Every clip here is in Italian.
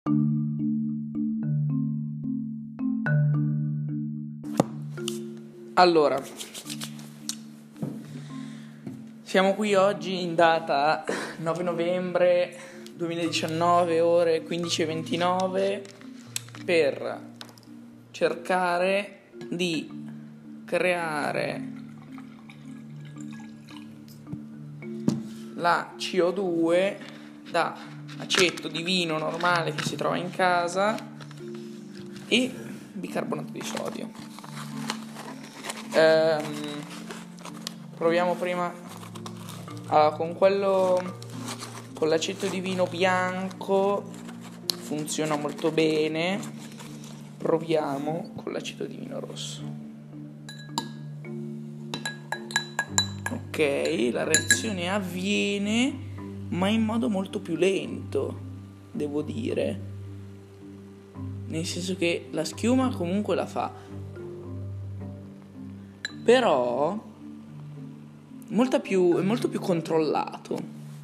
Allora, siamo qui oggi in data 9 novembre 2019, ore 15:29, per cercare di creare la CO2 da aceto di vino normale che si trova in casa e bicarbonato di sodio. Proviamo prima con l'aceto di vino bianco, funziona molto bene. Proviamo con l'aceto di vino rosso. Ok, la reazione avviene, ma in modo molto più lento, devo dire, nel senso che la schiuma comunque la fa, però è molto più controllato.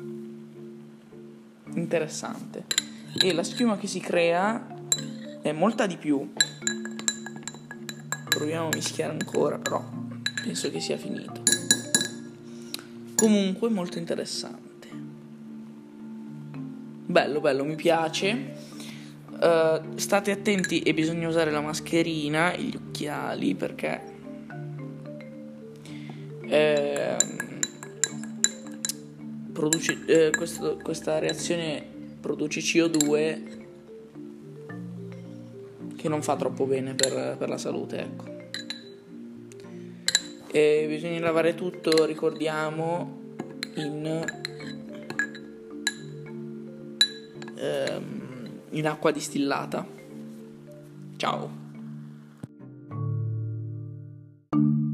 Interessante. E la schiuma che si crea è molta di più. Proviamo a mischiare ancora, però penso che sia finito. Comunque molto interessante. Bello, mi piace. State attenti e bisogna usare la mascherina e gli occhiali, perché questa reazione produce CO2 che non fa troppo bene per la salute, ecco. E bisogna lavare tutto, ricordiamo, in acqua distillata. Ciao.